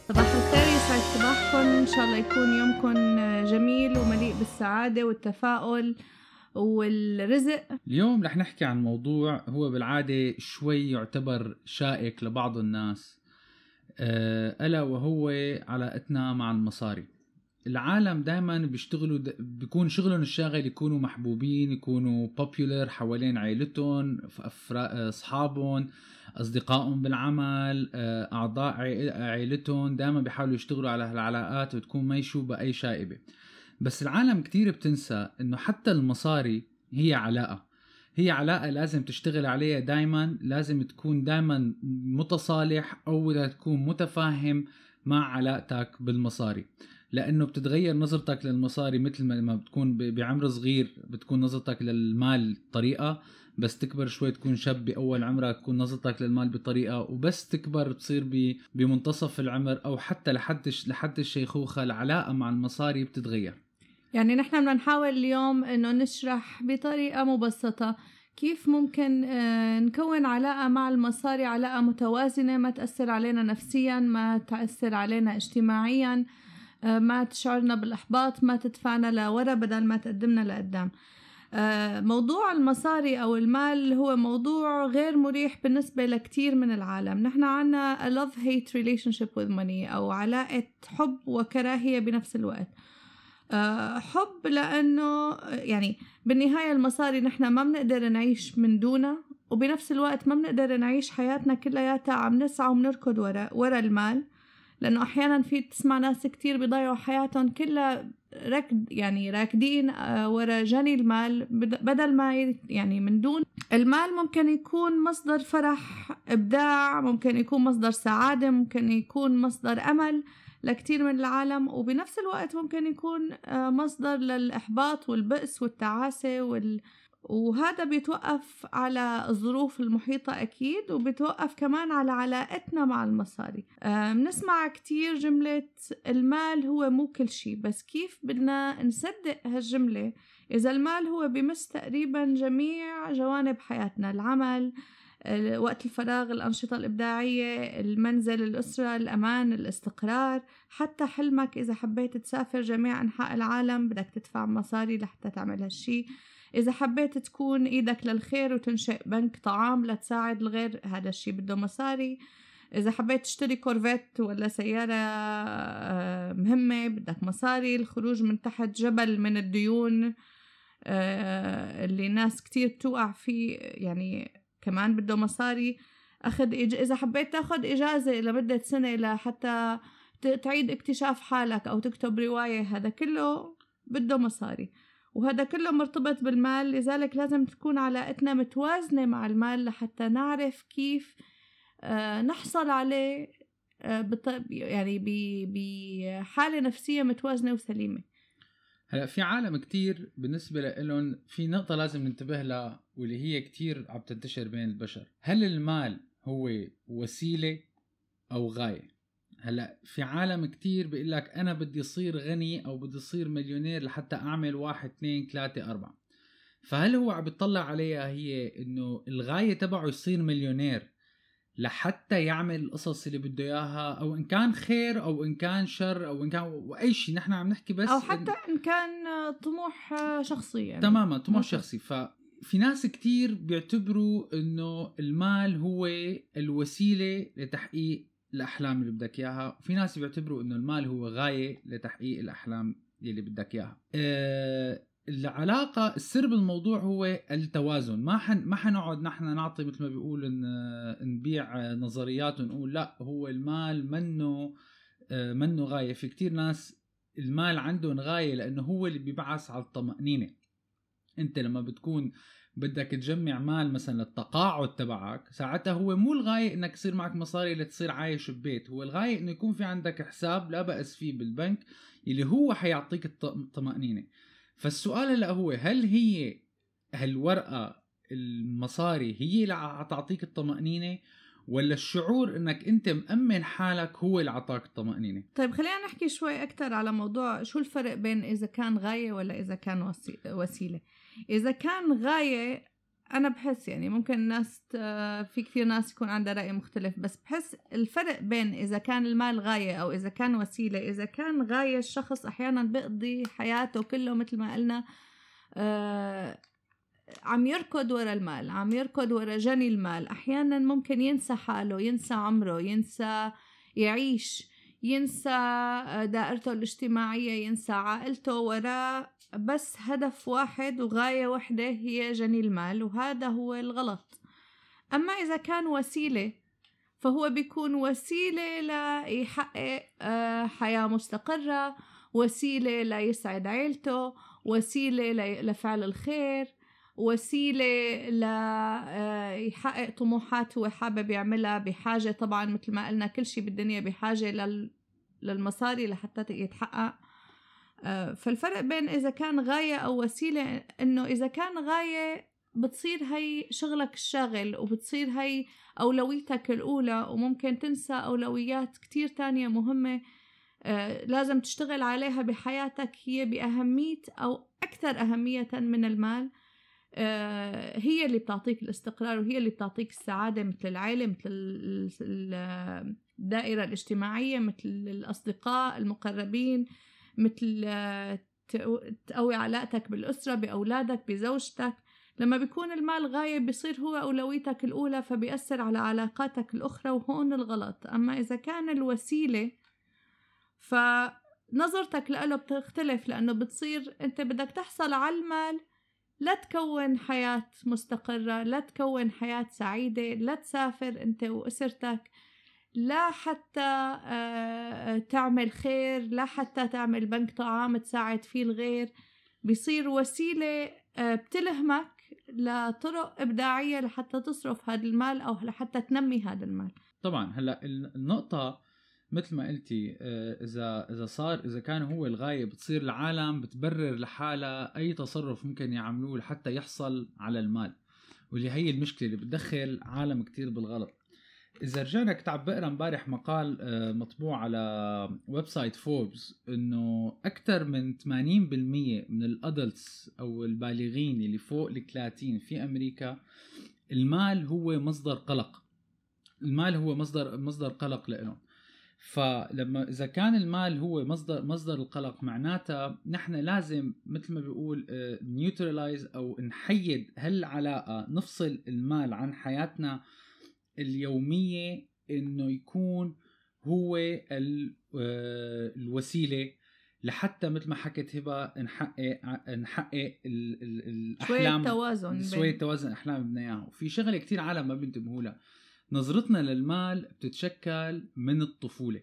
صباح الخير، يسعد صباحكم. إن شاء الله يكون يومكم جميل ومليء بالسعادة والتفاؤل والرزق. اليوم رح نحكي عن موضوع هو بالعادة شوي يعتبر شائك لبعض الناس، ألا وهو علاقتنا مع المصاري. العالم دائما بيشتغلوا بيكون شغلهم الشاغل يكونوا محبوبين، يكونوا popular حوالين عائلتهم، أصحابهم، أصدقائهم بالعمل، أعضاء عائلتهم. دائما بيحاولوا يشتغلوا على هالعلاقات وتكون ما يشوبها أي شائبة. بس العالم كتير بتنسى إنه حتى المصاري هي علاقة لازم تشتغل عليها دايما. لازم تكون دايما متصالح أو تكون متفاهم مع علاقتك بالمصاري، لأنه بتتغير نظرتك للمصاري. مثل ما بتكون بعمر صغير بتكون نظرتك للمال طريقة، بس تكبر شوي تكون شاب بأول عمرك تكون نظرتك للمال بطريقة، وبس تكبر تصير بمنتصف العمر أو حتى لحد الشيخوخة العلاقة مع المصاري بتتغير. يعني نحن بدنا نحاول اليوم إنه نشرح بطريقة مبسطة كيف ممكن نكون علاقة مع المصاري، علاقة متوازنة ما تأثر علينا نفسيا، ما تأثر علينا اجتماعيا، ما تشعرنا بالإحباط، ما تدفعنا لورا بدل ما تقدمنا لقدام. موضوع المصاري أو المال هو موضوع غير مريح بالنسبة لكتير من العالم. نحن عنا a love-hate relationship with money، أو علاقة حب وكراهية بنفس الوقت. حب لأنه يعني بالنهاية المصاري نحن ما بنقدر نعيش من دونها، وبنفس الوقت ما بنقدر نعيش حياتنا كلياتها عم نسعى وبنركض ورا المال. لأنه أحيانا في تسمع ناس كتير بيضيعوا حياتهم كلها راكدين ورا جني المال، بدل ما يعني من دون المال ممكن يكون مصدر فرح، إبداع، ممكن يكون مصدر سعادة، ممكن يكون مصدر أمل لكتير من العالم، وبنفس الوقت ممكن يكون مصدر للإحباط والبئس والتعاسة وهذا بيتوقف على الظروف المحيطة أكيد، وبيتوقف كمان على علاقتنا مع المصاري. بنسمع كتير جملة المال هو مو كل شيء، بس كيف بدنا نصدق هالجملة إذا المال هو بيمس تقريبا جميع جوانب حياتنا؟ العمل، وقت الفراغ، الأنشطة الإبداعية، المنزل، الأسرة، الأمان، الاستقرار، حتى حلمك. إذا حبيت تسافر جميع أنحاء العالم بدك تدفع مصاري لحتى تعمل هالشي. إذا حبيت تكون إيدك للخير وتنشئ بنك طعام لتساعد الغير، هذا الشي بده مصاري. إذا حبيت تشتري كورفيت ولا سيارة مهمة بدك مصاري. الخروج من تحت جبل من الديون اللي ناس كتير بتوقع فيه يعني كمان بده مصاري. إذا حبيت تاخد إجازة لمدة سنة لحتى تعيد اكتشاف حالك أو تكتب رواية، هذا كله بده مصاري، وهذا كله مرتبط بالمال. لذلك لازم تكون علاقتنا متوازنة مع المال لحتى نعرف كيف نحصل عليه يعني بحالة نفسية متوازنة وسليمة. هلا في عالم كتير بالنسبة لهم في نقطة لازم ننتبه لها، واللي هي كتير عم تنتشر بين البشر. هل المال هو وسيلة أو غاية؟ هلا في عالم كتير بيقول لك أنا بدي أصير غني أو بدي أصير مليونير لحتى أعمل 1 2 3 4. فهل هو عم بيطلع عليها هي إنه الغاية تبعه يصير مليونير لحتى يعمل القصص اللي بده اياها، او ان كان خير او ان كان شر او ان كان واي شيء نحن عم نحكي، بس او حتى ان كان طموح شخصي يعني. تماما طموح شخصي. ففي ناس كتير بيعتبروا انه المال هو الوسيلة لتحقيق الاحلام اللي بدك اياها، وفي ناس بيعتبروا انه المال هو غاية لتحقيق الاحلام اللي بدك اياها. العلاقة السر بالموضوع هو التوازن. ما حنقعد نحن نعطي مثل ما بيقول نبيع نظريات ونقول لا هو المال منه غاية. في كتير ناس المال عندهم غاية لأنه هو اللي بيبعث على الطمأنينة. انت لما بتكون بدك تجمع مال مثلا للتقاعد تبعك، ساعتها هو مو الغاية انك يصير معك مصاري لتصير عايش ببيت، هو الغاية انه يكون في عندك حساب لا بأس فيه بالبنك اللي هو حيعطيك الطمأنينة. فالسؤال هلا هو هل هي هالورقة المصاري هي اللي عطعطيك الطمأنينة، ولا الشعور انك انت مأمن حالك هو اللي عطاك الطمأنينة؟ طيب خلينا نحكي شوي اكتر على موضوع شو الفرق بين اذا كان غاية ولا اذا كان وسيلة. اذا كان غاية أنا بحس يعني ممكن الناس في كثير ناس يكون عندها رأي مختلف، بس بحس الفرق بين إذا كان المال غاية أو إذا كان وسيلة. إذا كان غاية، الشخص أحيانا بيقضي حياته كله مثل ما قلنا عم يركض ورا المال، عم يركض ورا جني المال. أحيانا ممكن ينسى حاله، ينسى عمره، ينسى يعيش، ينسى دائرته الاجتماعية، ينسى عائلته، وراء بس هدف واحد وغاية واحدة هي جني المال، وهذا هو الغلط. أما إذا كان وسيلة، فهو بيكون وسيلة ليحقق حياة مستقرة، وسيلة ليسعد عيلته، وسيلة لفعل الخير، وسيلة ليحقق طموحات هو حابب يعملها. بحاجة طبعا مثل ما قلنا كل شيء بالدنيا بحاجة للمصاري لحتى يتحقق. فالفرق بين إذا كان غاية أو وسيلة إنه إذا كان غاية بتصير هي شغلك الشاغل، وبتصير هي أولويتك الأولى، وممكن تنسى أولويات كتير تانية مهمة لازم تشتغل عليها بحياتك، هي بأهمية أو أكثر أهمية من المال. هي اللي بتعطيك الاستقرار، وهي اللي بتعطيك السعادة، مثل العائلة، مثل الدائرة الاجتماعية، مثل الأصدقاء المقربين، مثل تقوي علاقتك بالأسرة، بأولادك، بزوجتك. لما بيكون المال غاية بيصير هو أولويتك الأولى، فبيأثر على علاقاتك الأخرى، وهون الغلط. أما إذا كان الوسيلة فنظرتك له بتختلف، لأنه بتصير أنت بدك تحصل على المال لا تكون حياة مستقرة، لا تكون حياة سعيدة، لا تسافر أنت وأسرتك، لا حتى تعمل خير، لا حتى تعمل بنك طعام تساعد فيه الغير. بيصير وسيلة بتلهمك لطرق إبداعية لحتى تصرف هذا المال أو لحتى تنمي هذا المال. طبعا هلا النقطة مثل ما قلتي، إذا كان هو الغاية، بتصير العالم بتبرر لحالها أي تصرف ممكن يعملوه لحتى يحصل على المال، واللي هي المشكلة اللي بتدخل عالم كتير بالغلط. إذا رجعنا كنت عم بقرا امبارح مقال مطبوع على ويب سايت فوربس، إنه أكثر من 80% من الأدلتس أو البالغين اللي فوق ال30 في أمريكا المال هو مصدر قلق. المال هو مصدر قلق لهم. فلما إذا كان المال هو مصدر القلق، معناتها نحن لازم مثل ما بيقول نيوترلايز أو نحيد هالعلاقة، نفصل المال عن حياتنا اليومية، إنه يكون هو الوسيلة لحتى مثل ما حكت هبة نحقق الأحلام، شوية توازن أحلام بدنا إياه. وفي شغلة كتير عالم ما بينتبهوا لها، نظرتنا للمال بتتشكل من الطفولة.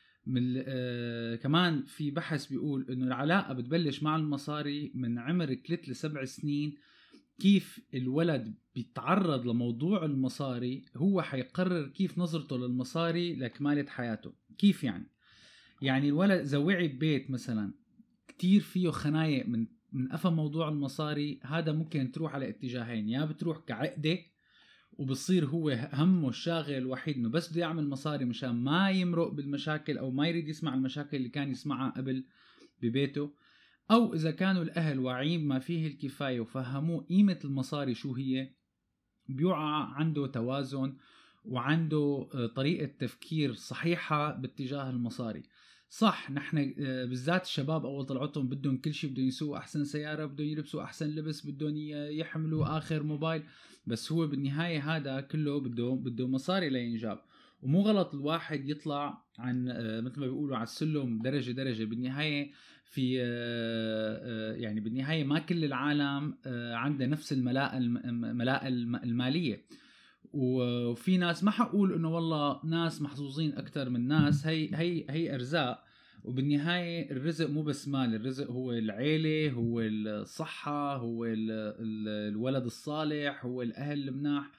كمان في بحث بيقول إنه العلاقة بتبلش مع المصاري من عمر 3 ل7 سنين. كيف الولد بيتعرض لموضوع المصاري هو حيقرر كيف نظرته للمصاري لكمالة حياته. كيف يعني الولد إذا وعي ببيت مثلا كتير فيه خنايق من أفهم موضوع المصاري، هذا ممكن تروح على اتجاهين: يا بتروح كعقدة وبصير هو همه الشاغل الوحيد انه بس بده يعمل مصاري مشان ما يمرق بالمشاكل او ما يريد يسمع المشاكل اللي كان يسمعها قبل ببيته. او اذا كانوا الاهل واعيين ما فيه الكفاية وفهموه قيمة المصاري شو هي، بيوعى عنده توازن وعنده طريقة تفكير صحيحة باتجاه المصاري. صح، نحن بالذات الشباب اول طلعتهم بدهم كل شيء، بدهم يسوقوا احسن سيارة، بدهم يلبسوا احسن لبس، بدهم يحملوا اخر موبايل، بس هو بالنهاية هذا كله بده مصاري لينجاب. ومو غلط الواحد يطلع عن مثل ما بيقولوا على السلم درجة درجة. بالنهاية في يعني بالنهاية ما كل العالم عنده نفس الملاءة المالية. وفي ناس ما حقول انه والله ناس محظوظين اكثر من ناس، هي ارزاق. وبالنهاية الرزق مو بس مال، الرزق هو العيلة، هو الصحة، هو الولد الصالح، هو الاهل المناح.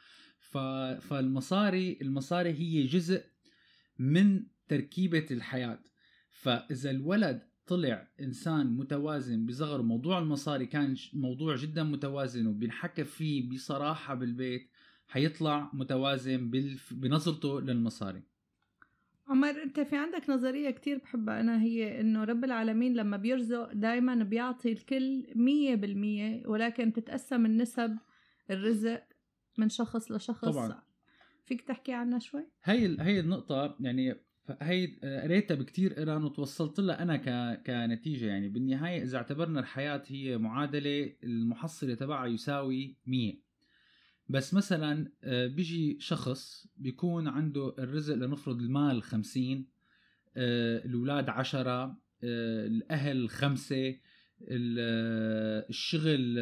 فالمصاري هي جزء من تركيبة الحياة. فاذا الولد طلع إنسان متوازن بصغر، موضوع المصاري كان موضوع جدا متوازن وبينحكى فيه بصراحة بالبيت، حيطلع متوازن بنظرته للمصاري. عمر، انت في عندك نظرية كتير بحبها أنا، هي إنه رب العالمين لما بيرزق دايما بيعطي الكل 100%، ولكن تتقسم النسب الرزق من شخص لشخص طبعا. فيك تحكي عنها شوي؟ هي النقطة يعني هي قريتها بكتير قران وتوصلت لها أنا كنتيجة. يعني بالنهاية إذا اعتبرنا الحياة هي معادلة المحصلة تبعها يساوي 100، بس مثلا بيجي شخص بيكون عنده الرزق لنفرض المال 50، الأولاد 10، الأهل 5، الشغل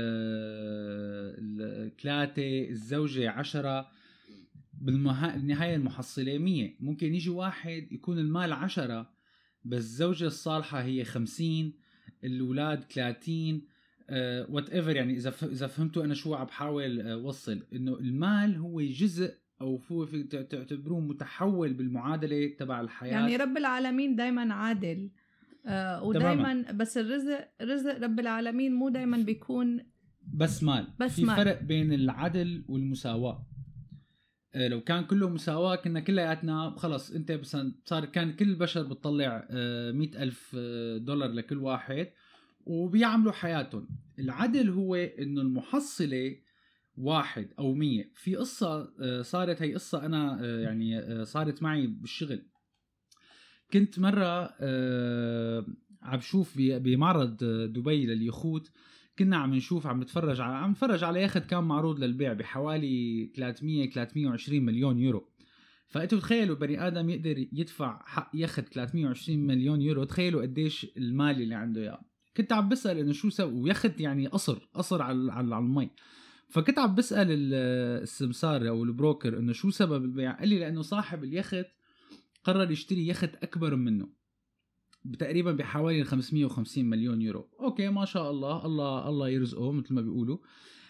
3، الزوجة 10، بالنهاية المحصلة 100. ممكن يجي واحد يكون المال 10 بس الزوجة الصالحة هي 50، الأولاد 30، whatever. يعني إذا فهمتوا أنا شو عم بحاول وصل، إنه المال هو جزء أو هو في تعتبروه متحول بالمعادلة تبع الحياة. يعني رب العالمين دايما عادل، ودايما بس رزق رب العالمين مو دايما بيكون بس مال. في مال. فرق بين العدل والمساواة. لو كان كله مساواة كنا كلياتنا خلص انت بس صار كان كل البشر بتطلع $100,000 لكل واحد وبيعملوا حياتهم. العدل هو انه المحصلة 1 أو 100. في قصة صارت، هي قصة انا يعني صارت معي بالشغل. كنت مرة عم بشوف بمعرض دبي لليخوت، كنا عم نتفرج على يخت كان معروض للبيع بحوالي 320 مليون يورو. فأنتوا تخيلوا بني آدم يقدر يدفع حق يخت 320 مليون يورو، تخيلوا قديش المال اللي عنده اياه. كنت عم بسأل انه شو سوى، ويخت يعني قصر على المي. فكنت عم بسأل السمسار او البروكر انه شو سبب البيع. قال لي لانه صاحب اليخت قرر يشتري يخت اكبر منه تقريبا بحوالي 550 مليون يورو. اوكي ما شاء الله، الله يرزقه مثل ما بيقولوا.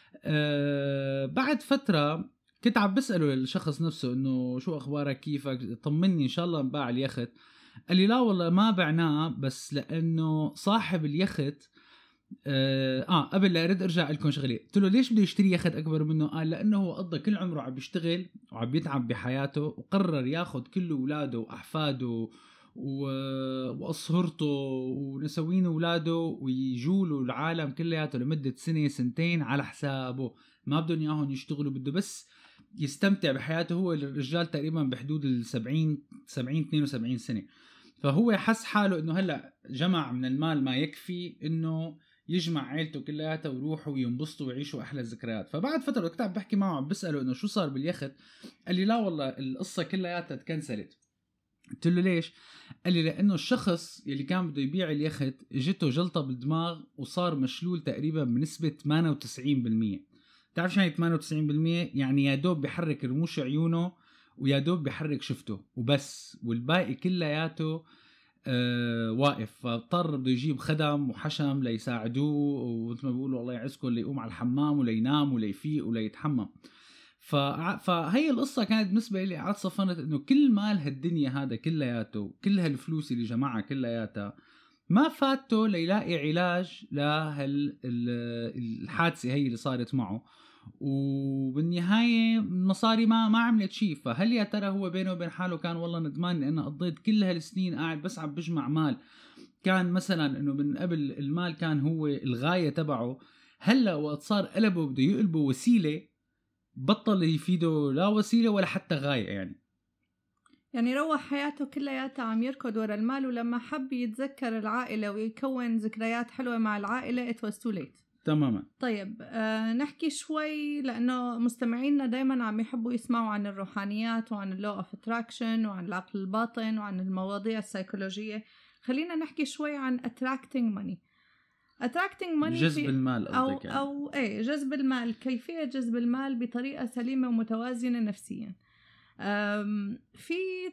بعد فترة كنت عم بسأله الشخص نفسه انه شو اخبارك، كيفك، طمني ان شاء الله انباع اليخت. قال لي لا والله ما بعناه، بس لانه صاحب اليخت قبل لا ارد ارجع لكم شغله. قلت له ليش بده يشتري يخت اكبر منه؟ قال لانه هو قضى كل عمره عم بيشتغل وعم بيتعب بحياته، وقرر ياخد كل اولاده واحفاده وأصهرته ونسوين أولاده ويجولوا العالم كلياته لمدة 1-2 على حسابه. ما بدهم إياهم يشتغلوا، بده بس يستمتع بحياته. هو الرجال تقريبا بحدود 70-72 سنة. فهو حس حاله إنه هلأ جمع من المال ما يكفي إنه يجمع عيلته كلياتها ويروحوا وينبسطوا ويعيشوا أحلى الذكريات. فبعد فترة كنت عم بحكي معه عم بسأله إنه شو صار باليخت. قال لي لا والله القصة كلياتها تكنسلت. قلت له ليش؟ قال لي لانه الشخص اللي كان بده يبيع اليخت اجته جلطه بالدماغ وصار مشلول تقريبا بنسبه 98%. تعرف شو يعني 98%؟ يعني يا دوب بيحرك رموش عيونه ويا دوب بيحرك شفته وبس، والباقي كلياته واقف. فاضطر بده يجيب خدم وحشم ليساعدوه، ومثل ما بيقولوا الله يعزكم، ليقوم على الحمام ولينام وليفيق وليتحمم. فهي القصة كانت بالنسبة لي قعدت صفنت انه كل مال هالدنيا هذا كلياته، كل هالفلوس اللي جمعها كلياتها ما فاتته ليلاقي علاج لهالحادثة هي اللي صارت معه. وبالنهاية المصاري ما عملت شيء. فهل يا ترى هو بينه وبين حاله كان والله ندمان لأنه قضيت كل هالسنين قاعد بس عم بجمع مال؟ كان مثلا انه من قبل المال كان هو الغاية تبعه، هلا وقت صار قلبه بده يقلبه وسيلة بطل يفيده لا وسيلة ولا حتى غاية. يعني روح حياته كلياتها عم يركض ورا المال، ولما حب يتذكر العائلة ويكون ذكريات حلوة مع العائلة it was too late. تماما. طيب نحكي شوي، لأنه مستمعينا دايما عم يحبوا يسمعوا عن الروحانيات وعن اللو اوف اتراكشن وعن العقل الباطن وعن المواضيع السيكولوجية. خلينا نحكي شوي عن attracting money. جذب المال أو جذب المال. كيفية جذب المال بطريقة سليمة ومتوازنة نفسيا. في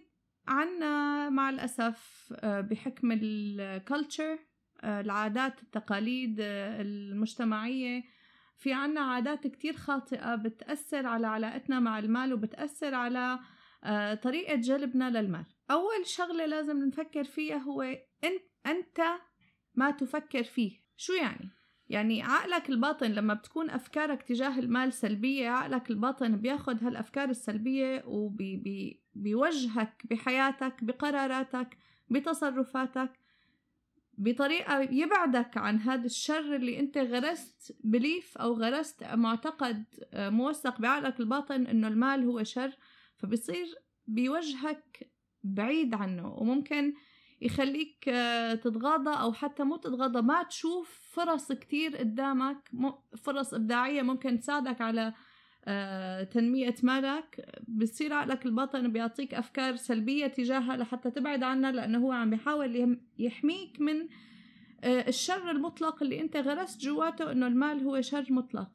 عنا مع الأسف بحكم الكالتشر، العادات التقاليد المجتمعية، في عنا عادات كتير خاطئة بتأثر على علاقتنا مع المال وبتأثر على طريقة جلبنا للمال. أول شغلة لازم نفكر فيها هو أنت ما تفكر فيه. شو يعني؟ يعني عقلك الباطن لما بتكون أفكارك تجاه المال سلبية، عقلك الباطن بياخد هالأفكار السلبية وبيوجهك بحياتك، بقراراتك، بتصرفاتك بطريقة يبعدك عن هذا الشر اللي انت غرست بليف او غرست معتقد موثق بعقلك الباطن انه المال هو شر، فبصير بيوجهك بعيد عنه، وممكن يخليك تتغاضى أو حتى مو تتغاضى، ما تشوف فرص كتير قدامك، فرص إبداعية ممكن تساعدك على تنمية مالك. بصير عقلك الباطن بيعطيك أفكار سلبية تجاهها لحتى تبعد عنها، لأنه هو عم بيحاول يحميك من الشر المطلق اللي انت غرست جواته انه المال هو شر مطلق.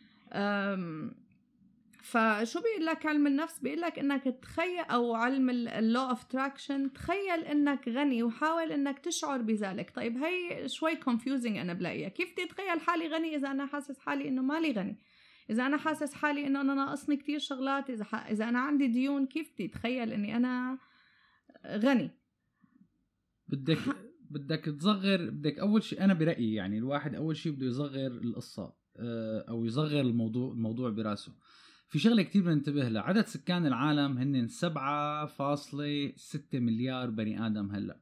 فشو بيقول لك علم النفس؟ بيقول لك انك تخيل، او علم اللو اوف تراكشن، تخيل انك غني وحاول انك تشعر بذلك. طيب هي شوي confusing انا بلاقيها. كيف تتخيل حالي غني اذا انا حاسس حالي انه مالي غني؟ اذا انا حاسس حالي انه انا ناقصني كتير شغلات، اذا انا عندي ديون، كيف تتخيل اني انا غني؟ بدك تصغر، بدك اول شيء انا برأيي يعني الواحد اول شيء بده يصغر القصة او يصغر الموضوع براسه. في شغله كتير بننتبه لها، عدد سكان العالم هن 7.6 مليار بني ادم هلا.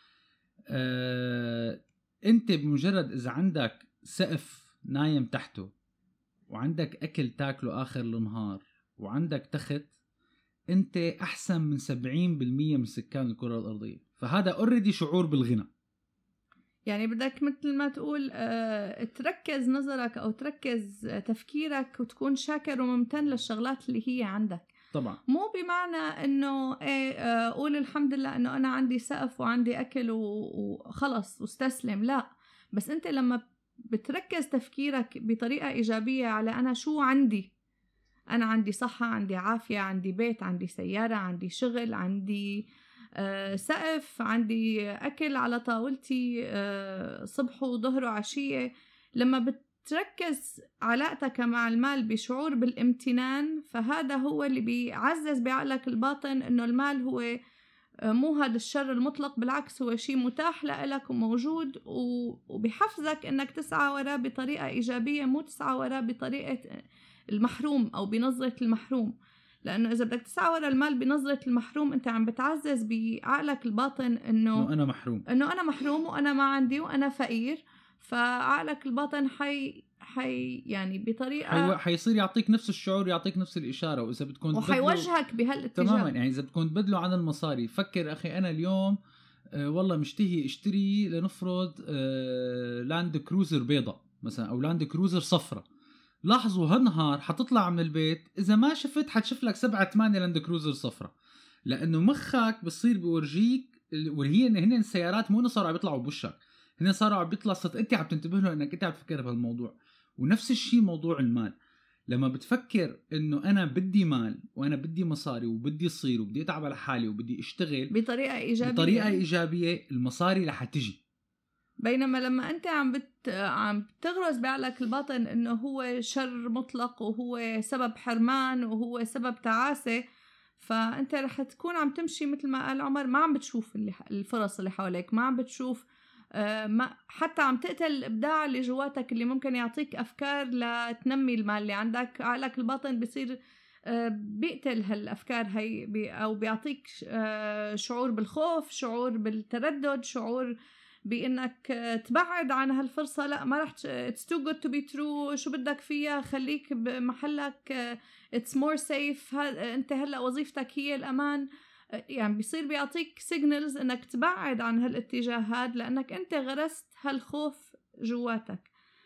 انت بمجرد اذا عندك سقف نايم تحته وعندك اكل تاكله اخر النهار وعندك تخت، انت احسن من 70% من سكان الكرة الارضية، فهذا اوريدي شعور بالغنى. يعني بدك مثل ما تقول تركز نظرك أو تركز تفكيرك وتكون شاكر وممتن للشغلات اللي هي عندك. طبعا مو بمعنى أنه قول الحمد لله أنه أنا عندي سقف وعندي أكل وخلص واستسلم، لا. بس أنت لما بتركز تفكيرك بطريقة إيجابية على أنا شو عندي، أنا عندي صحة، عندي عافية، عندي بيت، عندي سيارة، عندي شغل، عندي سقف، عندي أكل على طاولتي صبح وظهر وعشية. لما بتركز علاقتك مع المال بشعور بالامتنان، فهذا هو اللي بيعزز بعقلك الباطن إنه المال هو مو هذا الشر المطلق، بالعكس هو شيء متاح لك وموجود، وبيحفزك إنك تسعى وراه بطريقة إيجابية، مو تسعى وراه بطريقة المحروم أو بنظرة المحروم. لأنه إذا بدك تسعى ورا المال بنظرة المحروم، أنت عم بتعزز بعقلك الباطن إنه أنا محروم وأنا ما عندي وأنا فقير. فعقلك الباطن يعني بطريقة حيصير يعطيك نفس الشعور، يعطيك نفس الإشارة. وإذا بتكون وحيوجهك بهالاتجاه تماما. يعني إذا بتكون تبدله عن المصاري، فكر أخي أنا اليوم والله مشتهي اشتري لنفرض لاند كروزر بيضة مثلا أو لاند كروزر صفرة. لاحظوا هالنهار حتطلع من البيت إذا ما شفت حتشوف لك 7-8 لاند كروزر صفرة، لأنه مخك بصير بورجيك وهي هن السيارات مو صاروا عم بيطلعوا بوشك، هن صاروا عم بيطلع صرت أنت عم تنتبه له إنك أنت عم تفكر بهالموضوع. ونفس الشيء موضوع المال، لما بتفكر إنه أنا بدي مال وأنا بدي مصاري وبدي أصير وبدي أتعب على حالي وبدي أشتغل بطريقة إيجابية المصاري رح تجي. بينما لما أنت عم تغرز بعقلك الباطن إنه هو شر مطلق وهو سبب حرمان وهو سبب تعاسة، فأنت رح تكون عم تمشي مثل ما قال عمر، ما عم بتشوف الفرص اللي حواليك، ما عم بتشوف حتى عم تقتل الإبداع اللي جواتك اللي ممكن يعطيك أفكار لتنمي المال اللي عندك. عقلك الباطن بيصير بيقتل هالأفكار هي أو بيعطيك شعور بالخوف، شعور بالتردد، شعور بإنك تبعد عن هالفرصة. لا ما رح it's too good to be true، شو بدك فيها، خليك بمحلك، it's more safe، انت هلأ وظيفتك هي الأمان. يعني بيصير بيعطيك signals انك تبعد عن هالاتجاه هاد لأنك انت غرست هالخوف جواتك.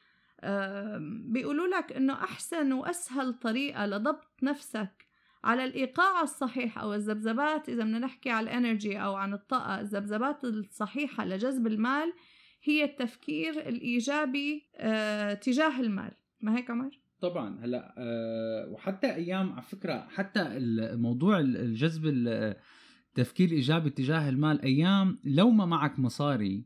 بيقولوا لك انه احسن واسهل طريقة لضبط نفسك على الإيقاع الصحيح أو الذبذبات، إذا بدنا نحكي على الانرجي أو عن الطاقة، الذبذبات الصحيحة لجذب المال هي التفكير الإيجابي تجاه المال. ما هيك عمر؟ طبعا. هلا وحتى أيام على فكرة حتى الموضوع الجذب التفكير الإيجابي تجاه المال، أيام لو ما معك مصاري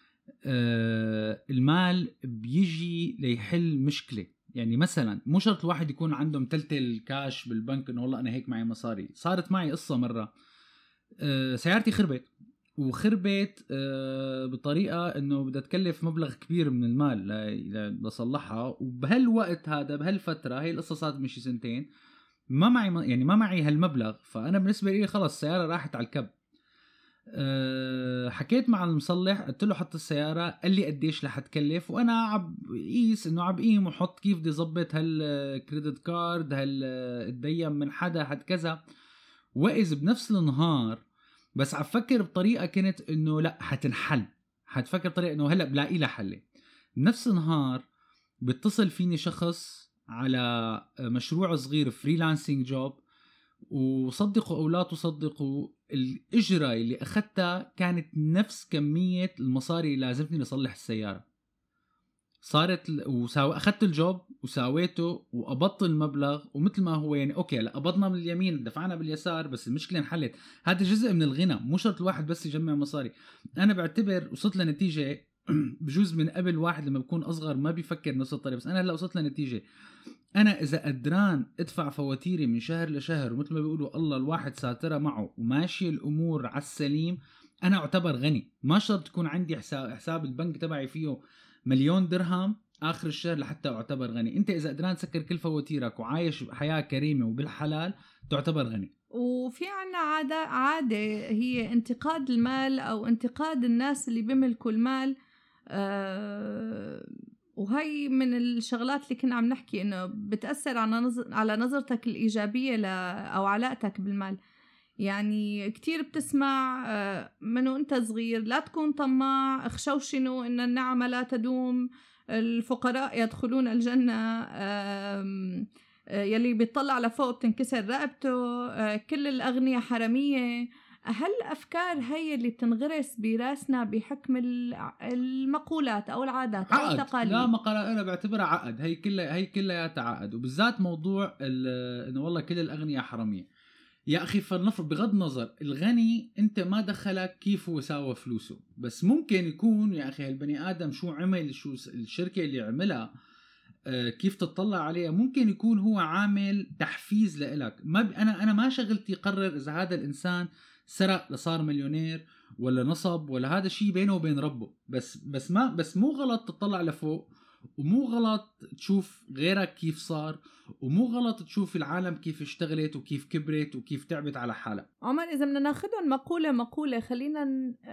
المال بيجي ليحل مشكلة. يعني مثلا مو شرط الواحد يكون عنده متلتل كاش بالبنك انه والله انا هيك معي مصاري. صارت معي قصة مرة، سيارتي خربت بطريقة انه بدها تكلف مبلغ كبير من المال لصلحها، وبهالوقت هذا بهالفترة هي القصة صارت مشي 2 سنين ما معي، يعني ما معي هالمبلغ. فانا بالنسبة لي خلص السيارة راحت على الكب. حكيت مع المصلح، قلت له حط السيارة، قال لي قديش رح تكلف، وانا عم قيس انه عم قيم وحط كيف بدي ظبط هالكريدت كارد، هل اتدين من حدا حد كذا. واذ بنفس النهار بس عم فكر بطريقة كنت انه لا حتنحل، حتفكر بطريقة انه هلا بلاقي لها حل. بنفس النهار بيتصل فيني شخص على مشروع صغير فريلانسينج جوب، وصدقوا او لا تصدقوا الاجره اللي اخذتها كانت نفس كميه المصاري اللي لازمتني لصلح السياره. صارت اخذت الجوب وساويته وقبضت المبلغ ومثل ما هو، يعني اوكي لا قبضنا من اليمين دفعنا باليسار بس المشكله انحلت. هذا جزء من الغنى، مو شرط الواحد بس يجمع مصاري. انا بعتبر وصلت لنتيجه بجوز من قبل واحد لما بكون اصغر ما بيفكر نفس الطريقه، بس انا هلا وصلت لنتيجه انا اذا قدران ادفع فواتيري من شهر لشهر، ومثل ما بيقولوا الله الواحد ساترة معه وماشي الامور على السليم، انا اعتبر غني. ما شرط تكون عندي حساب البنك تبعي فيه 1,000,000 درهم اخر الشهر لحتى اعتبر غني. انت اذا قدران تسكر كل فواتيرك وعايش حياة كريمة وبالحلال تعتبر غني. وفي عنا عادة هي انتقاد المال أو انتقاد الناس اللي بيملكوا المال. وهي من الشغلات اللي كنا عم نحكي إنه بتأثر على نظرتك الإيجابية أو علاقتك بالمال. يعني كتير بتسمع من وانت صغير لا تكون طماع، اخشوشنوا إن النعمة لا تدوم، الفقراء يدخلون الجنة، يلي بيطلع لفوق بتنكسر رقبته، كل الأغنياء حرامية. هالأفكار هي اللي بتنغرس براسنا بحكم المقولات أو العادات أو التقاليد. لا مقالة، أنا بعتبرها عقد. هي كلها عقد، وبالذات موضوع إنه والله كل الأغنياء حرامية. يا أخي فلنفرض بغض النظر الغني أنت ما دخلك كيف هو ساوى فلوسه، بس ممكن يكون يا أخي هالبني آدم شو عمل، شو الشركة اللي عملها، كيف تطلع عليها، ممكن يكون هو عامل تحفيز لإلك. أنا ما شغلتي قرر إذا هذا الإنسان سرق لصار مليونير ولا نصب، ولا هذا شيء بينه وبين ربه. بس مو غلط تطلع لفوق، ومو غلط تشوف غيرك كيف صار، ومو غلط تشوف العالم كيف اشتغلت وكيف كبرت وكيف تعبت على حالها. عمر إذا بدنا ناخدهم مقولة خلينا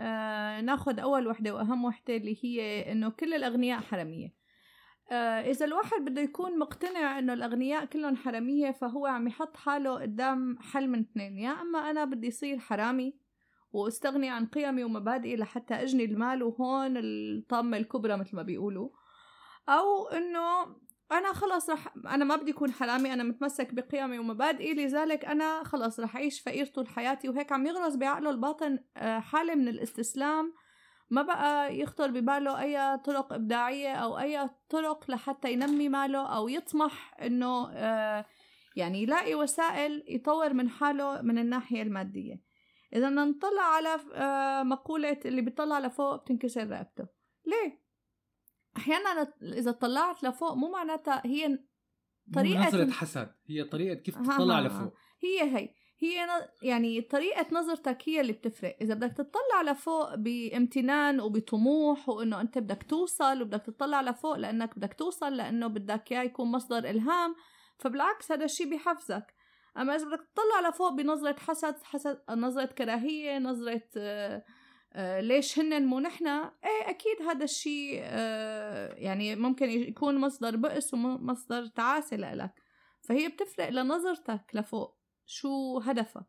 ناخد أول وحدة وأهم وحدة اللي هي إنه كل الأغنياء حرامية. إذا الواحد بده يكون مقتنع إنه الأغنياء كلهم حرامية، فهو عم يحط حاله قدام حل من اثنين: يا أما أنا بدي يصير حرامي واستغني عن قيمي ومبادئي لحتى أجني المال وهون الطامة الكبرى مثل ما بيقولوا، أو إنه أنا خلص أنا ما بدي أكون حرامي، أنا متمسك بقيمي ومبادئي، لذلك أنا خلص رح أعيش فقير طول حياتي. وهيك عم يغرس بعقله الباطن حالة من الاستسلام، ما بقى يخطر بباله أي طرق إبداعية أو أي طرق لحتى ينمي ماله أو يطمح إنه يعني يلاقي وسائل يطور من حاله من الناحية المادية. إذا نطلع على مقولة اللي بيطلع لفوق بتنكسر رقبته، ليه؟ أحيانا إذا طلعت لفوق مو معناتها هي طريقة نظرة حسد، هي طريقة كيف تطلع لفوق. هي يعني طريقة نظرتك هي اللي بتفرق. إذا بدك تطلع لفوق بامتنان وبطموح وإنه أنت بدك توصل وبدك تطلع لفوق لأنك بدك توصل لأنه بدك يكون مصدر إلهام، فبالعكس هذا الشيء بيحفزك. أما إذا بدك تطلع لفوق بنظرة حسد، نظرة كراهية، نظرة ليش هنن مو نحنا، ايه اكيد هذا الشيء يعني ممكن يكون مصدر بؤس ومصدر تعاسة لك. فهي بتفرق لنظرتك لفوق شو هدفها.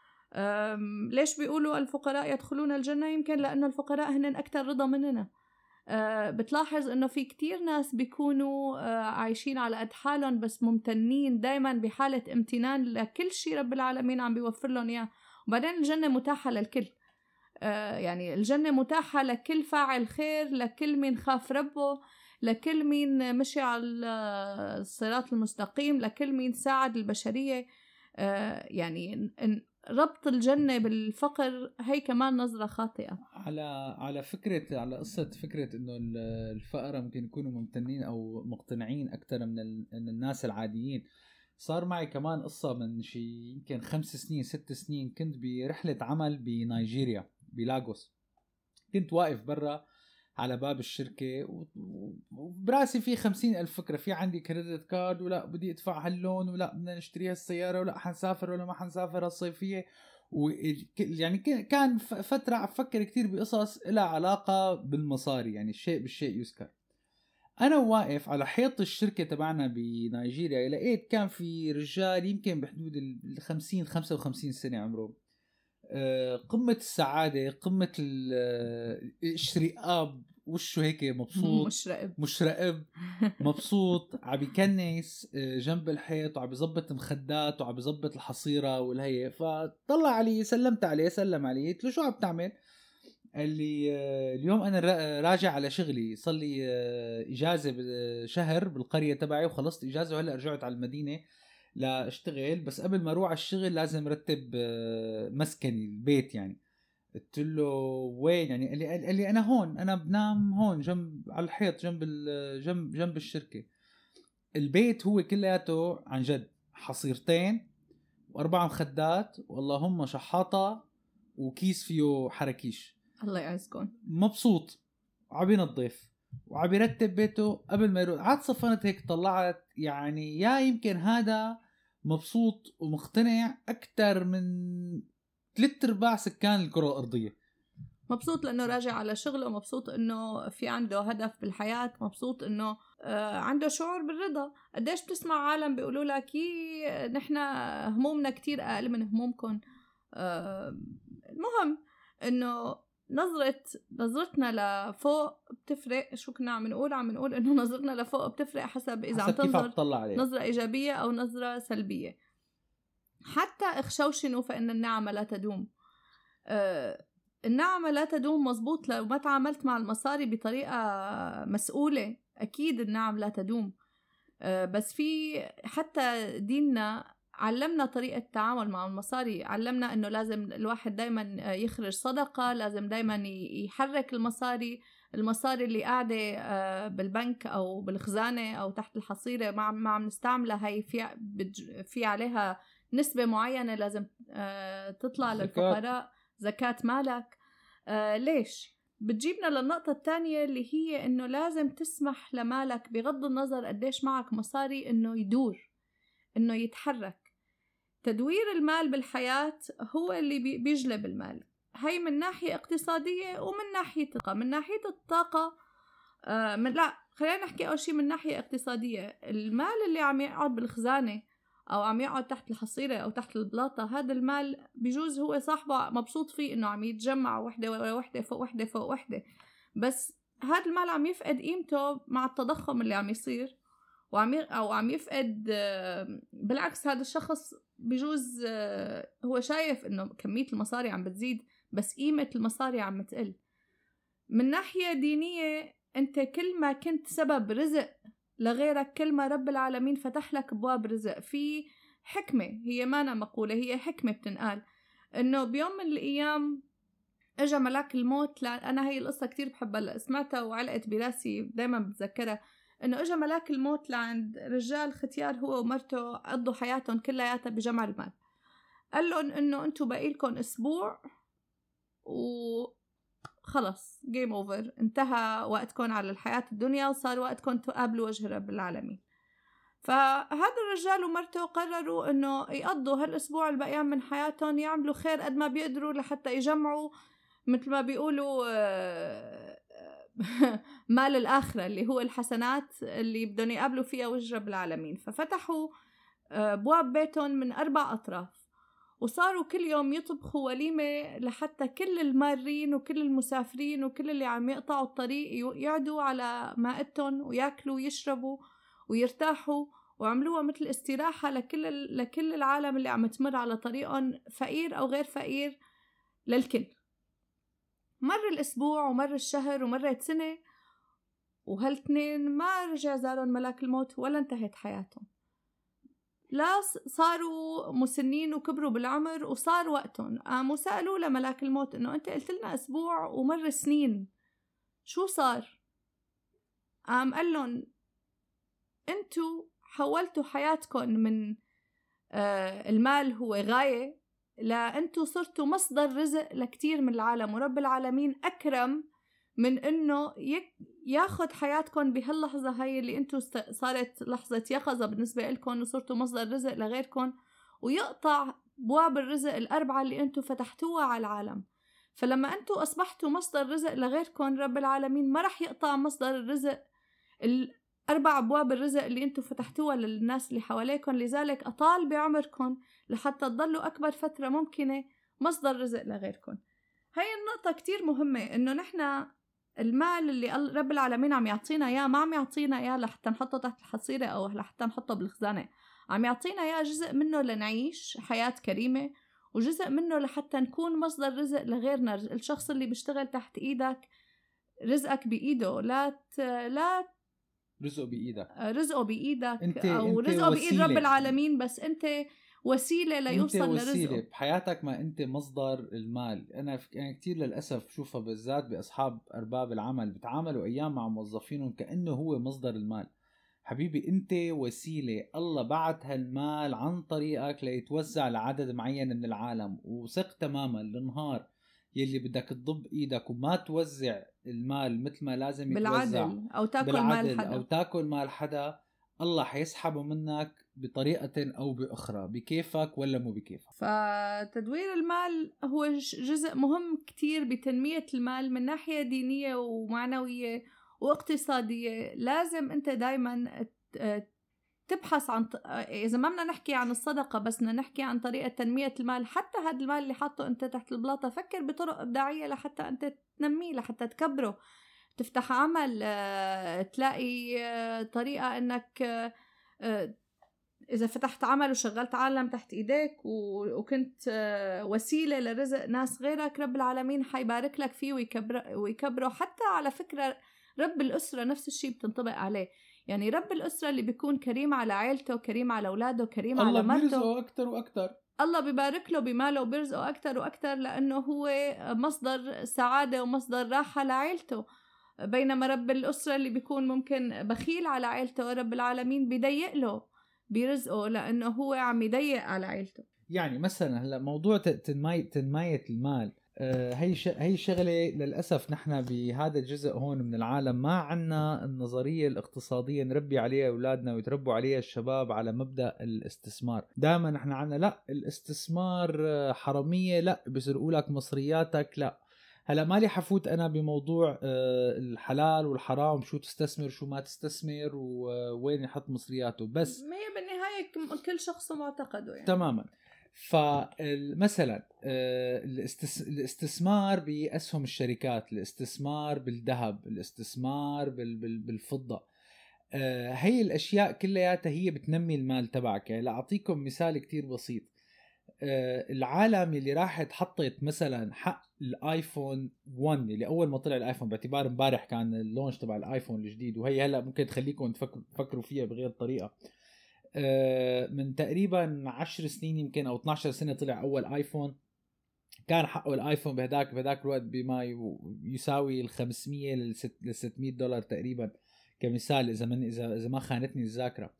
ليش بيقولوا الفقراء يدخلون الجنة؟ يمكن لأنه الفقراء هنن أكتر رضا مننا. بتلاحظ انه في كتير ناس بيكونوا عايشين على قد حالهم بس ممتنين دايما بحالة امتنان لكل شيء رب العالمين عم بيوفر لهم اياه. وبعدين الجنة متاحة للكل، يعني الجنة متاحة لكل فاعل خير، لكل مين خاف ربه، لكل مين مشي على الصراط المستقيم، لكل مين ساعد البشرية. يعني ربط الجنة بالفقر هي كمان نظرة خاطئة. على فكرة، على قصة فكرة إنه الفقراء ممكن يكونوا ممتنين أو مقتنعين أكتر من الناس العاديين. صار معي كمان قصة من شي يمكن 5 سنين 6 سنين. كنت برحلة عمل بنيجيريا بلاغوس. كنت واقف برا على باب الشركة وبراسي في 50,000 فكرة. في عندي كريدت كارد، ولا بدي ادفع هاللون، ولا بدنا نشتري هالسيارة، ولا حنسافر ولا ما حنسافر هالصيفية، يعني كان فترة أفكر كتير بقصص لها علاقة بالمصاري، يعني الشيء بالشيء يذكر. أنا واقف على حيط الشركة تبعنا بنيجيريا، لقيت كان في رجال يمكن بحدود 50-55 سنة عمره، قمة السعادة، قمة الاشترئاب، وشه هيك مبسوط، مشرقب مبسوط، عم يكنس جنب الحيط، وعم يظبط مخدات، وعم يظبط الحصيرة والهي. فطلع علي، سلمت عليه، سلم علي، قلت له شو عم تعمل؟ قال لي اليوم أنا راجع على شغلي، صار لي إجازة شهر بالقرية تبعي، وخلصت إجازة وهلأ رجعت على المدينة لاشتغل، بس قبل ما اروح على الشغل لازم رتب مسكني البيت يعني. قلت له وين يعني؟ قال لي انا هون، انا بنام هون جنب على الحيط جنب الشركه. البيت هو كلياته عن جد حصيرتين و4 مخدات، واللهم شحاطه، وكيس فيه حركيش. الله يعزكم. مبسوط وعم ينظف وعم يرتب بيته قبل ما يروح. عاد صفنت هيك، طلعت يعني يا يمكن هذا مبسوط ومقتنع أكتر من 3/4 سكان الكرة الأرضية. مبسوط لأنه راجع على شغله، مبسوط أنه في عنده هدف بالحياة، مبسوط أنه عنده شعور بالرضا. قديش بتسمع عالم بيقولوا لك نحن همومنا كتير أقل من همومكم. المهم أنه نظرتنا لفوق بتفرق. شو كنا عم نقول أنه نظرتنا لفوق بتفرق حسب إذا عم تنظر نظرة إيجابية أو نظرة سلبية. حتى اخشوشنوا فإن النعمة لا تدوم. النعمة لا تدوم، مزبوط. لو ما تعاملت مع المصاري بطريقة مسؤولة أكيد النعم لا تدوم. بس في حتى ديننا علمنا طريقة التعامل مع المصاري، علمنا أنه لازم الواحد دايما يخرج صدقة، لازم دايما يحرك المصاري اللي قاعدة بالبنك أو بالخزانة أو تحت الحصيرة ما عم نستعملها، هي في عليها نسبة معينة لازم تطلع للفقراء، زكاة مالك. ليش؟ بتجيبنا للنقطة الثانية اللي هي إنه لازم تسمح لمالك بغض النظر قديش معك مصاري إنه يدور، إنه يتحرك. تدوير المال بالحياة هو اللي بيجلب المال. هاي من ناحية اقتصادية، ومن ناحية الطاقة. من ناحية الطاقة لا، خلينا نحكي أول شيء من ناحية اقتصادية. المال اللي عم يقعد بالخزانة أو عم يقعد تحت الحصيرة أو تحت البلاطة، هذا المال بيجوز هو صاحبه مبسوط فيه إنه عم يتجمع وحدة ورا وحدة فوق وحدة فوق وحدة، بس هذا المال عم يفقد قيمته مع التضخم اللي عم يصير، أو عم يفقد. بالعكس، هذا الشخص بيجوز هو شايف إنه كمية المصاري عم بتزيد، بس قيمة المصاري عم تقل. من ناحية دينية، أنت كل ما كنت سبب رزق لغيرك، كل ما رب العالمين فتح لك أبواب رزق. في حكمة، هي مانا مقولة، هي حكمة بتنقال، إنه بيوم من الأيام إجا ملاك الموت. أنا هي القصة كتير بحبها، سمعتها وعلقت براسي دايما بتذكرها. إنه إجا ملاك الموت لعند رجال ختيار هو ومرته قضوا حياتهم كلياتها بجمع المال. قال لهم إنه أنتوا بقيلكم أسبوع خلص جيم اوفر، انتهى وقتكم على الحياة الدنيا، وصار وقتكم تقابلوا وجه رب العالمين. فهذا الرجال ومرته قرروا انه يقضوا هالاسبوع البقيان من حياتهم يعملوا خير قد ما بيقدروا لحتى يجمعوا مثل ما بيقولوا مال الآخرة، اللي هو الحسنات اللي بدهم يقابلوا فيها وجه رب العالمين. ففتحوا أبواب بيتهم من 4 أطراف، وصاروا كل يوم يطبخوا وليمة لحتى كل المارين وكل المسافرين وكل اللي عم يقطعوا الطريق يقعدوا على مائدتهم وياكلوا ويشربوا ويرتاحوا، وعملوها مثل استراحة لكل العالم اللي عم تمر على طريقهم، فقير أو غير فقير، للكل. مر الأسبوع ومر الشهر ومرت سنة، وهالاثنين ما رجع زارهم ملاك الموت ولا انتهت حياتهم. لا، صاروا مسنين وكبروا بالعمر وصار وقتهم. قاموا سألوا لملاك الموت إنه أنت قلت لنا أسبوع ومر سنين، شو صار؟ قام قال لهم أنتوا حولتوا حياتكم من المال هو غاية، لأنتوا صرتوا مصدر رزق لكتير من العالم، ورب العالمين أكرم من إنه ياخد حياتكم بهاللحظة هاي اللي انتوا صارت لحظة يقظة بالنسبة لكم وصرتوا مصدر رزق لغيركم، ويقطع أبواب الرزق الأربعة اللي أنتوا فتحتوها على العالم. فلما أنتوا أصبحتوا مصدر رزق لغيركم، رب العالمين ما رح يقطع مصدر الرزق، الأربع أبواب الرزق اللي أنتوا فتحتوها للناس اللي حواليكم. لذلك أطال بعمركم لحتى تضلوا أكبر فترة ممكنة مصدر رزق لغيركم. هاي النقطة كتير مهمة، إنه نحن المال اللي رب العالمين عم يعطينا إياه ما عم يعطينا إياه لحتى نحطه تحت الحصيرة أو لحتى نحطه بالخزانة، عم يعطينا إياه جزء منه لنعيش حياة كريمة، وجزء منه لحتى نكون مصدر رزق لغيرنا. الشخص اللي بيشتغل تحت إيدك رزقك بإيده، لا رزقه بإيدك، رزقه بإيدك انت أو انت رزقه بإيد وسيلة. رب العالمين، بس أنت وسيلة ليوصل انت وسيلة لرزقه بحياتك، ما انت مصدر المال. انا يعني كتير للأسف شوفها بالذات بأصحاب أرباب العمل، بتعاملوا أيام مع موظفينهم كأنه هو مصدر المال. حبيبي انت وسيلة، الله بعت هالمال عن طريقك ليتوزع لعدد معين من العالم، وثق تماما النهار يلي بدك تضب ايدك وما توزع المال مثل ما لازم يتوزع بالعدل أو تاكل بالعدل مال حدا، او تاكل مال حدا، الله حيسحبه منك بطريقة او باخرى، بكيفك ولا مو بكيفك. فتدوير المال هو جزء مهم كتير بتنمية المال من ناحية دينية ومعنوية واقتصادية. لازم انت دايما تبحث عن إذا ما بدنا نحكي عن الصدقة بس بدنا نحكي عن طريقة تنمية المال. حتى هذا المال اللي حاطه أنت تحت البلاطة، فكر بطرق إبداعية لحتى أنت تنميه، لحتى تكبره، تفتح عمل، تلاقي طريقة أنك إذا فتحت عمل وشغلت عالم تحت إيديك وكنت وسيلة لرزق ناس غيرك، رب العالمين حيبارك لك فيه ويكبره. حتى على فكرة رب الأسرة نفس الشيء بتنطبق عليه. يعني رب الأسرة اللي بيكون كريم على عائلته، كريم على أولاده، كريم على مرته، الله بيرزقه أكتر وأكتر، الله بيبارك له بماله وبيرزقه أكتر وأكتر، لأنه هو مصدر سعادة ومصدر راحة لعائلته. بينما رب الأسرة اللي بيكون ممكن بخيل على عائلته، رب العالمين بيضيق له برزقه لأنه هو عم يضيق على عائلته. يعني مثلا هلا موضوع تنمية المال، هي شغلة للأسف نحن بهذا الجزء هون من العالم ما عنا النظرية الاقتصادية نربي عليها أولادنا ويتربوا عليها الشباب على مبدأ الاستثمار. دائما نحن عنا لا الاستثمار حرامية، لا بيسرقوا لك مصرياتك، لا. هلا مالي حفوت أنا بموضوع الحلال والحرام، شو تستثمر شو ما تستثمر ووين يحط مصرياته، بس ما هي بالنهاية كل شخص معتقده يعني. تماما. فمثلا الاستثمار بأسهم الشركات، الاستثمار بالذهب، الاستثمار بالفضة، هي الأشياء كلياتها هي بتنمي المال تبعك. يعني لأعطيكم مثال كتير بسيط، العالم اللي راحت حطت مثلا حق الايفون 1 اللي اول ما طلع الايفون، باعتبار امبارح كان اللونش تبع الايفون الجديد، وهي هلا ممكن تخليكم تفكروا فيها بغير طريقة. من تقريبا 10 سنين يمكن او 12 سنة طلع اول ايفون، كان حقه الايفون بهداك الوقت بما يساوي $500 ل $600 تقريبا كمثال، اذا ما خانتني الذاكرة.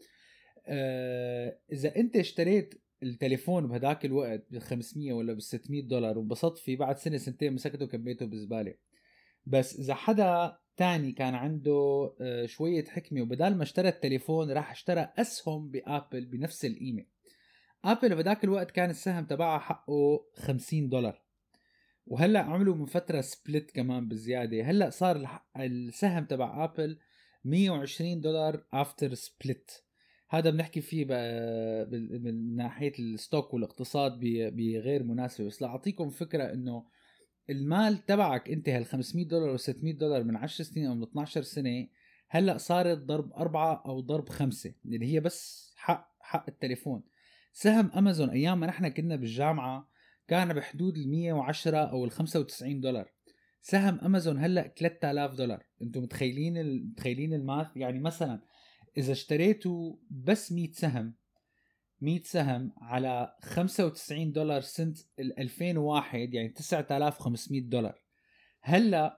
اذا انت اشتريت التليفون بهداك الوقت ب$500 ولا $600 وانبسطت فيه، بعد سنة سنتين مسكته وكبيته بالزبالة. بس اذا حدا تاني كان عنده شوية حكمة وبدال ما اشترى التليفون راح اشترى أسهم بآبل بنفس القيمة. آبل بذاك الوقت كان السهم تبعها حقه $50، وهلأ عملوا من فترة سبلت كمان بالزيادة، هلأ صار السهم تبع آبل $120 after split. هذا بنحكي فيه من ناحية الستوك والاقتصاد بغير مناسبة، بس لأعطيكم فكرة إنه المال تبعك انت $500 و $600 من 10 سنين او من 12 سنة هلأ صارت ضرب 4 او ضرب 5، اللي هي بس حق التليفون. سهم امازون ايام ما نحن كنا بالجامعة كان بحدود $110 او $95. سهم امازون هلأ $3000. انتم متخيلين الماث؟ يعني مثلا اذا اشتريتوا بس 100 سهم على $95 سنة 2001 يعني $9500. هلأ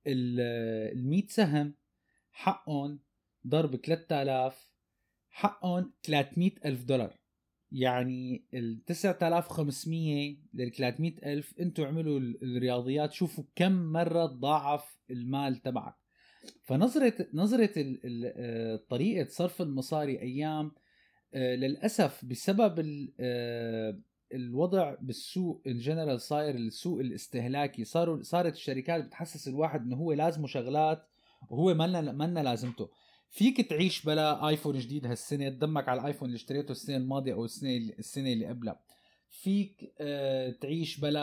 100 سهم حقهم ضرب 3000 حقهم $300,000. يعني 9500 لل 300,000، انتوا عملوا الرياضيات شوفوا كم مرة ضاعف المال تبعك. فنظرة طريقة صرف المصاري أيام للأسف بسبب الوضع بالسوق الجنرال صاير السوق الاستهلاكي، صارت الشركات بتحسس الواحد انه هو لازمه شغلات وهو منا لازمته. فيك تعيش بلا ايفون جديد هالسنه، تدمك على الايفون اللي اشتريته السنه الماضيه او السنه اللي قبلها. فيك تعيش بلا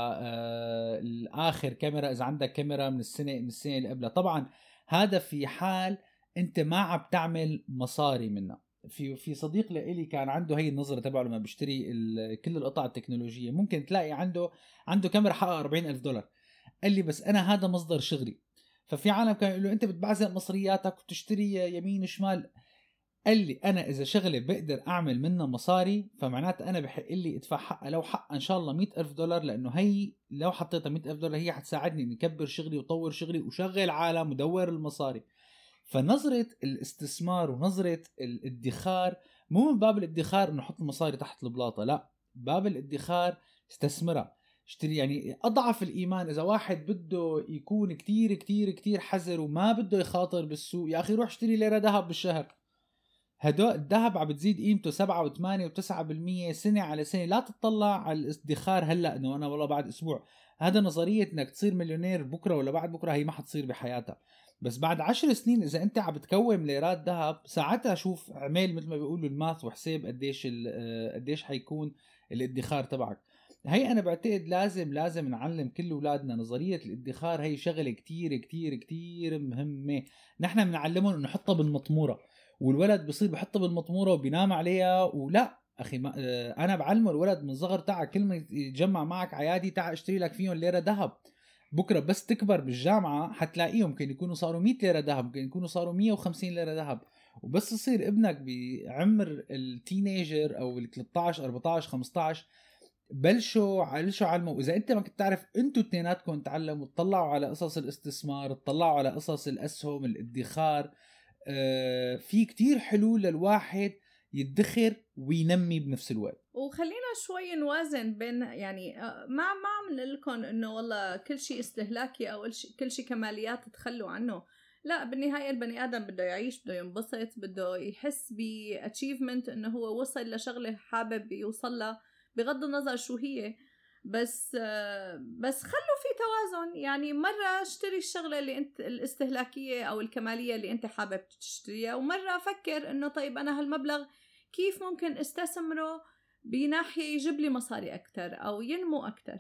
الاخر كاميرا اذا عندك كاميرا من السنه اللي قبلها. طبعا هذا في حال انت ما عم تعمل مصاري منها. في صديق لإلي كان عنده هي النظرة تبعه لما بيشتري كل القطع التكنولوجية، ممكن تلاقي عنده كاميرا حقها 40,000 دولار. قال لي بس أنا هذا مصدر شغلي. ففي عالم كانوا يقولوا أنت بتبعزق مصرياتك وتشتري يمين وشمال. قال لي أنا إذا شغلة بقدر أعمل منها مصاري فمعناته أنا بحق لي أدفع حقها، لو حق إن شاء الله 100,000 دولار، لأنه هي لو حطيتها 100,000 دولار هي حتساعدني إني أكبر شغلي وطور شغلي وشغل عالم ودور المصاري. فنظرة الاستثمار ونظرة الادخار مو من باب الادخار انه حط المصاري تحت البلاطة، لا، باب الادخار استثمرها، اشتري. يعني اضعف الايمان اذا واحد بده يكون كتير كتير كتير حذر وما بده يخاطر بالسوق، يا اخي روح اشتري ليرة ذهب بالشهر. هدول الذهب عم بتزيد قيمته 7 و8 و9% سنة على سنة. لا تطلع على الادخار هلا انه انا والله بعد اسبوع. هذا نظرية انك تصير مليونير بكرة ولا بعد بكرة، هي ما حتصير بحياتها. بس بعد 10 سنين اذا انت عم بتكوم ليرات ذهب، ساعتها شوف اعمل مثل ما بيقولوا الماث وحساب قديش حيكون الادخار تبعك. هي انا بعتقد لازم نعلم كل اولادنا نظرية الادخار. هي شغلة كتير كتير كتير مهمة. نحن بنعلمهم انه نحطها بالمطمورة، والولد بصير بحطها بالمطمورة وبينام عليها. ولا اخي ما انا بعلمه الولد من صغر، تعا كل ما يتجمع معك عيادي تعا اشتري لك فيهم ليرة ذهب. بكرة بس تكبر بالجامعة حتلاقيهم ممكن يكونوا صاروا 100 ليرة ذهب، ممكن يكونوا صاروا 150 ليرة ذهب. وبس يصير ابنك بعمر التينيجر او ال 13 14 15 بلشوا علموا. اذا انت ما كنت تعرف، انتوا اثنيناتكم تعلموا، تطلعوا على قصص الاستثمار، تطلعوا على قصص الاسهم، الادخار. في كتير حلول للواحد يدخر وينمي بنفس الوقت. وخلينا شوي نوازن بين يعني ما عم نقول لكم انه والله كل شيء استهلاكي او كل شيء كماليات تخلوا عنه. لا، بالنهاية البني آدم بده يعيش، بده ينبسط، بده يحس بأتشيفمنت انه هو وصل لشغلة حابب يوصلها بغض النظر شو هي. بس خلوا في توازن. يعني مرة اشتري الشغلة اللي انت الاستهلاكية او الكمالية اللي انت حابب تشتريها، ومرة فكر انه طيب انا هالمبلغ كيف ممكن استثمره بناحية يجيب لي مصاري أكتر أو ينمو أكتر.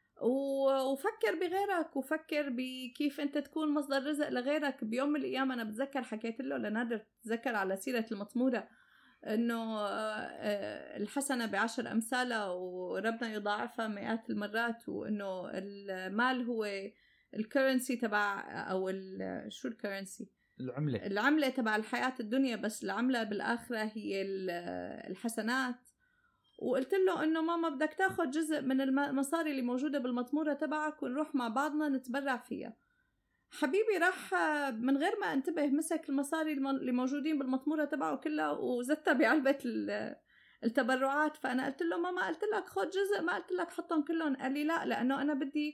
وفكر بغيرك، وفكر بكيف أنت تكون مصدر رزق لغيرك. بيوم من الأيام أنا بتذكر حكيت له لنادر، تذكر على سيرة المطمورة، إنه الحسنة ب10 أمثالها وربنا يضاعفها مئات المرات، وإنه المال هو الكرنسي تبع أو شو الكرنسي؟ العملة تبع الحياة الدنيا، بس العملة بالآخرة هي الحسنات. وقلت له إنه ماما بدك تاخد جزء من المصاري اللي موجودة بالمطمورة تبعك ونروح مع بعضنا نتبرع فيها. حبيبي راح من غير ما انتبه مسك المصاري اللي موجودين بالمطمورة تبعه كلها وزتها بعلبة التبرعات. فأنا قلت له ماما قلت لك خد جزء، ما قلت لك حطهم كلهم. قال لي لا، لأنه أنا بدي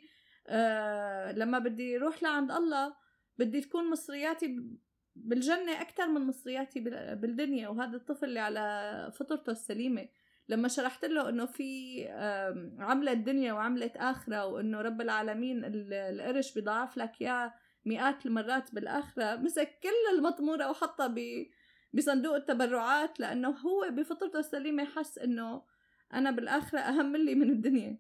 لما بدي روح لعند الله بدي تكون مصرياتي بالجنة أكتر من مصرياتي بالدنيا. وهذا الطفل اللي على فطرته السليمة، لما شرحت له إنه في عملة دنيا وعملة آخرة، وإنه رب العالمين القرش بيضاعف لك يا مئات المرات بالآخرة، مسك كل المطمورة وحطها بصندوق التبرعات، لأنه هو بفطرته السليمة حس إنه أنا بالآخرة أهم لي من الدنيا.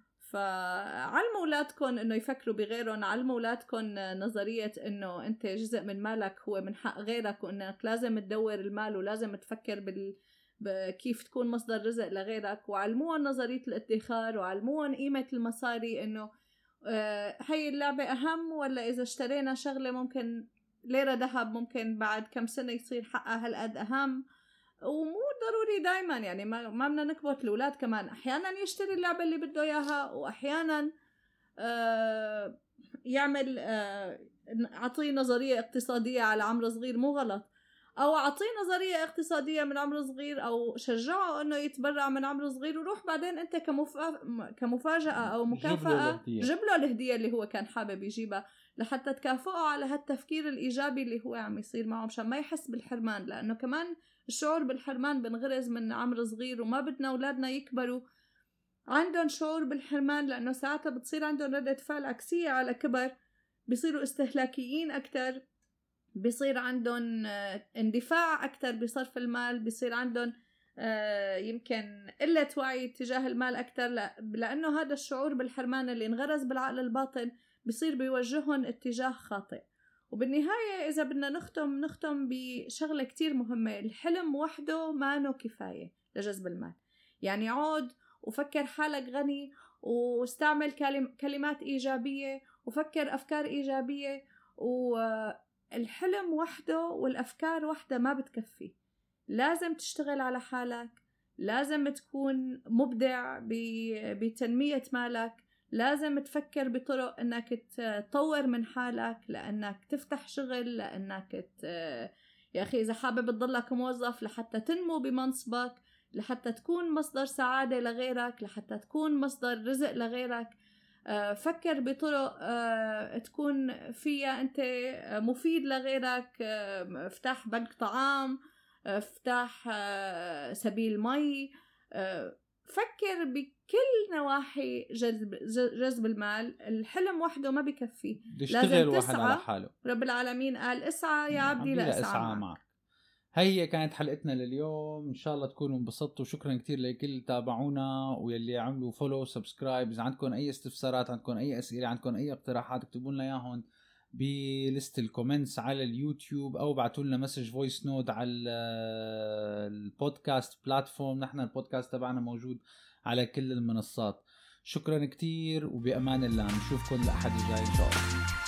فعلموا أولادكم إنه يفكروا بغيرهم، علموا أولادكم نظرية إنه أنت جزء من مالك هو من حق غيرك، وإنك لازم تدور المال ولازم تفكر كيف تكون مصدر رزق لغيرك. وعلموهم نظرية الادخار، وعلموهم قيمة المصاري، إنه هاي اللعبة أهم، ولا إذا اشترينا شغلة ممكن ليرة ذهب ممكن بعد كم سنة يصير حقها هالقد أهم. ومو ضروري دايما، يعني ما بدنا نكبت الأولاد كمان. أحيانا يشتري اللعبة اللي بده إياها، وأحيانا يعمل عطيه نظرية اقتصادية على عمر صغير، مو غلط، أو عطيه نظرية اقتصادية من عمر صغير، أو شجعه أنه يتبرع من عمر صغير، وروح بعدين أنت كمفاجأة أو مكافأة جيب له الهدية اللي هو كان حابب يجيبها، لحتى تكافئه على هالتفكير الإيجابي اللي هو عم يصير معه، مشان ما يحس بالحرمان. لأنه كمان الشعور بالحرمان بنغرز من عمر صغير، وما بدنا أولادنا يكبروا عندهم شعور بالحرمان لأنه ساعتها بتصير عندهم ردة فعل عكسية على كبر، بيصيروا استهلاكيين أكتر، بيصير عندهم اندفاع أكتر بصرف المال، بيصير عندهم يمكن قلة وعي تجاه المال أكتر، لأنه هذا الشعور بالحرمان اللي انغرز بالعقل الباطن بيصير بيوجههم اتجاه خاطئ. وبالنهاية إذا بدنا نختم بشغلة كتير مهمة، الحلم وحده ما كفاية لجذب المال. يعني عود وفكر حالك غني واستعمل كلمات إيجابية وفكر أفكار إيجابية، والحلم وحده والأفكار وحده ما بتكفي. لازم تشتغل على حالك، لازم تكون مبدع بتنمية مالك، لازم تفكر بطرق انك تطور من حالك، لانك تفتح شغل، لانك يا اخي اذا حابب تضلك موظف لحتى تنمو بمنصبك، لحتى تكون مصدر سعادة لغيرك، لحتى تكون مصدر رزق لغيرك. فكر بطرق تكون فيها انت مفيد لغيرك. افتح بنك طعام، افتح سبيل مي، فكر بكل نواحي جذب المال. الحلم وحده ما بكفي، لازم تسعى على حاله. رب العالمين قال اسعى يا عبدي لأسعى معك. هي كانت حلقتنا لليوم، ان شاء الله تكونوا انبسطتوا. شكرا كتير لكل اللي تابعونا واللي عملوا فولو سبسكرايب. اذا عندكم اي استفسارات، عندكم اي اسئله، عندكم اي اقتراحات، اكتبوا لنا اياهم بليست الكومنتس على اليوتيوب او ابعتوا لنا مسج فويس نوت على البودكاست بلاتفورم. نحن البودكاست تبعنا موجود على كل المنصات. شكرا كتير وبأمان الله، نشوفكم الأحد الجاي إن شاء الله.